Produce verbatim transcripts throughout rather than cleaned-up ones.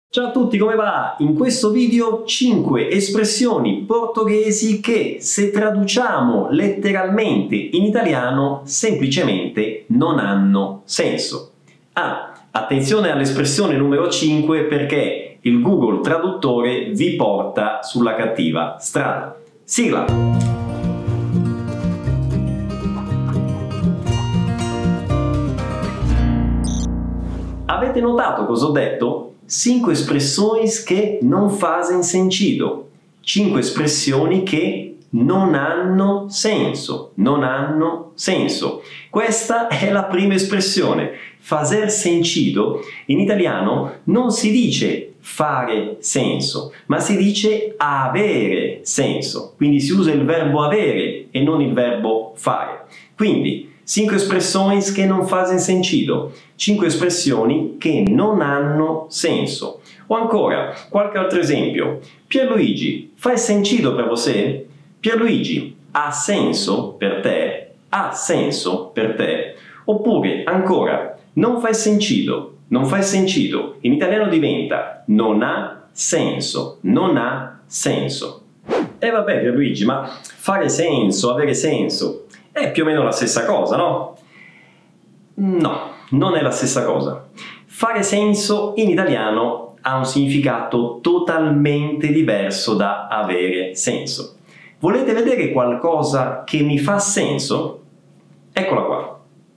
Ciao a tutti, come va? In questo video cinque espressioni portoghesi che, se traduciamo letteralmente in italiano, semplicemente non hanno senso. Ah, attenzione all'espressione numero cinque perché il Google Traduttore vi porta sulla cattiva strada. Sigla! Avete notato cosa ho detto? Cinque expressões que não fazem sentido. Cinque espressioni che non hanno senso. Non hanno senso. Questa è la prima espressione. Fazer sentido in italiano non si dice fare senso, ma si dice avere senso. Quindi si usa il verbo avere e non il verbo fare. Quindi, cinque expressões che non fazem sentido. Cinque espressioni che non hanno senso. O ancora, qualche altro esempio. Pierluigi, faz sentido per você? Pierluigi, ha senso per te? Ha senso per te? Oppure, ancora, non faz sentido. Non faz sentido. In italiano diventa non ha senso. Non ha senso. E vabbè, Pierluigi, ma fare senso, avere senso, è più o meno la stessa cosa, no? No, non è la stessa cosa. Fare senso in italiano ha un significato totalmente diverso da avere senso. Volete vedere qualcosa che mi fa senso? Eccola qua.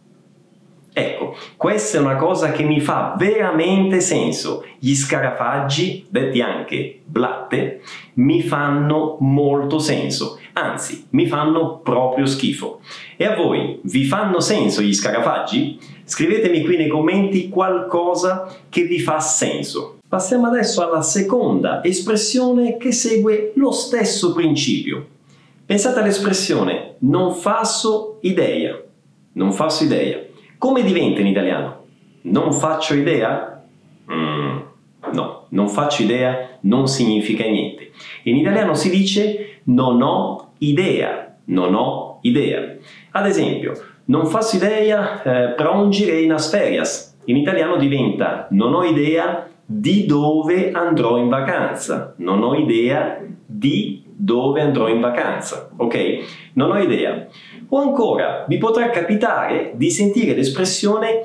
Ecco, questa è una cosa che mi fa veramente senso. Gli scarafaggi, detti anche blatte, mi fanno molto senso. Anzi, mi fanno proprio schifo. E a voi, vi fanno senso gli scarafaggi? Scrivetemi qui nei commenti qualcosa che vi fa senso. Passiamo adesso alla seconda espressione che segue lo stesso principio. Pensate all'espressione non faço idea. Non faço idea. Come diventa in italiano? Non faccio idea? Mm, no, non faccio idea non significa niente. In italiano si dice non ho idea, non ho idea. Ad esempio, non faço idea eh, para onde irei nas férias. In italiano diventa non ho idea di dove andrò in vacanza. Non ho idea di dove andrò in vacanza, ok? Non ho idea. O ancora, vi potrà capitare di sentire l'espressione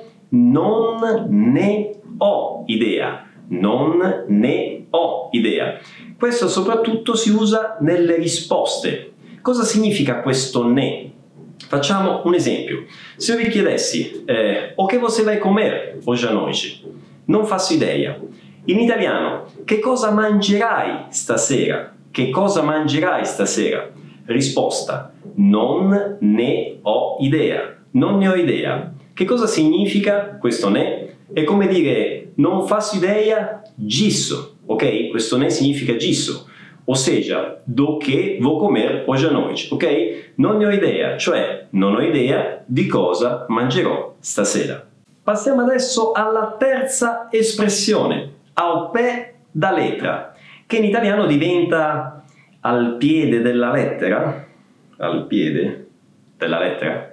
non ne ho idea. Non ne ho idea. Questo soprattutto si usa nelle risposte. Cosa significa questo ne? Facciamo un esempio. Se io vi chiedessi eh, o che você vai comer hoje à noite? Non faço idea. In italiano, che cosa mangerai stasera? Che cosa mangerai stasera? Risposta: non ne ho idea. Non ne ho idea. Che cosa significa questo ne? È come dire non faço idea disso, ok? Questo ne significa disso. O seja, do che vou comer hoje à noite, ok? Non ne ho idea, cioè non ho idea di cosa mangerò stasera. Passiamo adesso alla terza espressione, ao pé da letra, che in italiano diventa al piede della lettera. Al piede della lettera?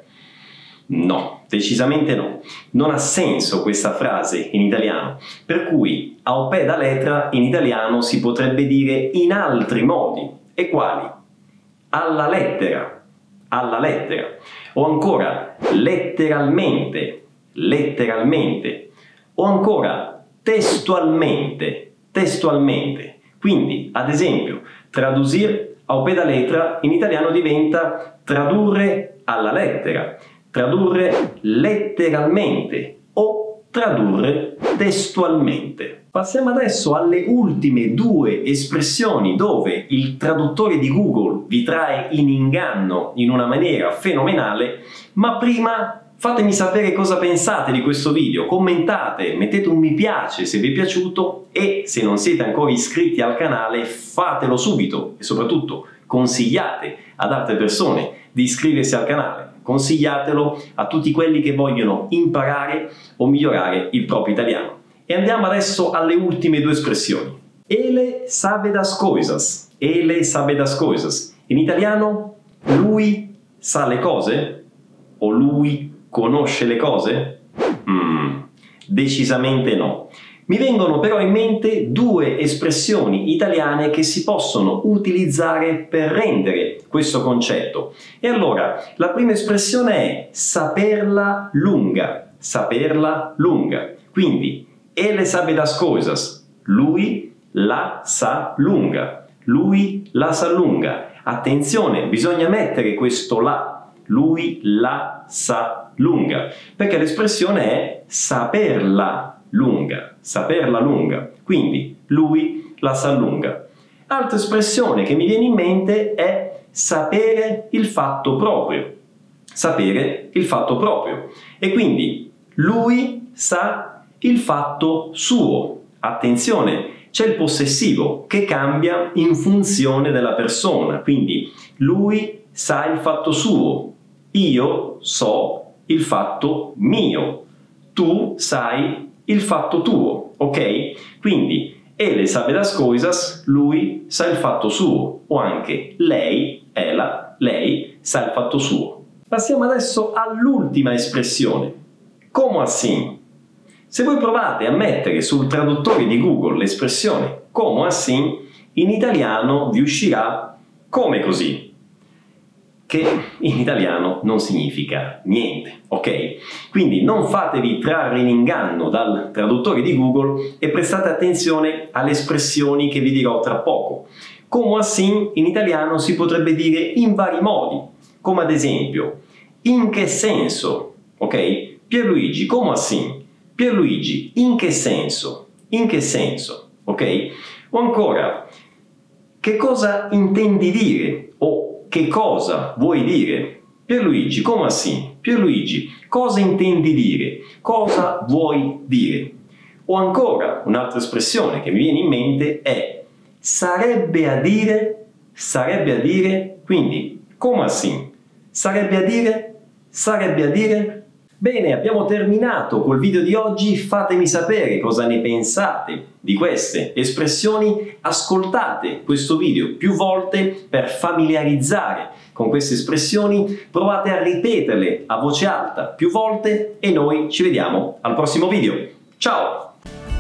No, decisamente no. Non ha senso questa frase in italiano, per cui ao pé da letra in italiano si potrebbe dire in altri modi. E quali? Alla lettera, alla lettera. O ancora letteralmente, letteralmente. O ancora testualmente, testualmente. Quindi, ad esempio, tradurre ao pé da letra in italiano diventa tradurre alla lettera, tradurre letteralmente o tradurre testualmente. Passiamo adesso alle ultime due espressioni dove il traduttore di Google vi trae in inganno in una maniera fenomenale, ma prima fatemi sapere cosa pensate di questo video, commentate, mettete un mi piace se vi è piaciuto e se non siete ancora iscritti al canale fatelo subito e soprattutto consigliate ad altre persone di iscriversi al canale, consigliatelo a tutti quelli che vogliono imparare o migliorare il proprio italiano. E andiamo adesso alle ultime due espressioni. Ele sabe das coisas, ele sabe das coisas. In italiano, lui sa le cose o lui conosce le cose? Mm, decisamente no. Mi vengono però in mente due espressioni italiane che si possono utilizzare per rendere questo concetto. E allora, la prima espressione è saperla lunga, saperla lunga. Quindi, ele sabe das coisas, lui la sa lunga, lui la sa lunga. Attenzione, bisogna mettere questo la, lui la sa lunga, perché l'espressione è saperla lunga, saperla lunga, quindi lui la sa lunga. Altra espressione che mi viene in mente è sapere il fatto proprio, sapere il fatto proprio, e quindi lui sa il fatto suo. Attenzione, c'è il possessivo che cambia in funzione della persona, quindi lui sa il fatto suo, io so il fatto mio, tu sai il fatto tuo, ok? Quindi ele sabe das coisas, lui sa il fatto suo, o anche lei, ela, lei sa il fatto suo. Passiamo adesso all'ultima espressione. Como assim? Se voi provate a mettere sul traduttore di Google l'espressione como assim, in italiano vi uscirà come così, che in italiano non significa niente, ok? Quindi non fatevi trarre in inganno dal traduttore di Google e prestate attenzione alle espressioni che vi dirò tra poco. Como assim in italiano si potrebbe dire in vari modi, come ad esempio in che senso, ok? Pierluigi, como assim? Pierluigi, in che senso? In che senso? Ok? O ancora, che cosa intendi dire? O che cosa vuoi dire? Pierluigi, come assim? Pierluigi, cosa intendi dire? Cosa vuoi dire? O ancora, un'altra espressione che mi viene in mente è sarebbe a dire, sarebbe a dire, quindi, come assim? Sarebbe a dire, sarebbe a dire. Bene, abbiamo terminato col video di oggi, fatemi sapere cosa ne pensate di queste espressioni, ascoltate questo video più volte per familiarizzare con queste espressioni, provate a ripeterle a voce alta più volte e noi ci vediamo al prossimo video. Ciao!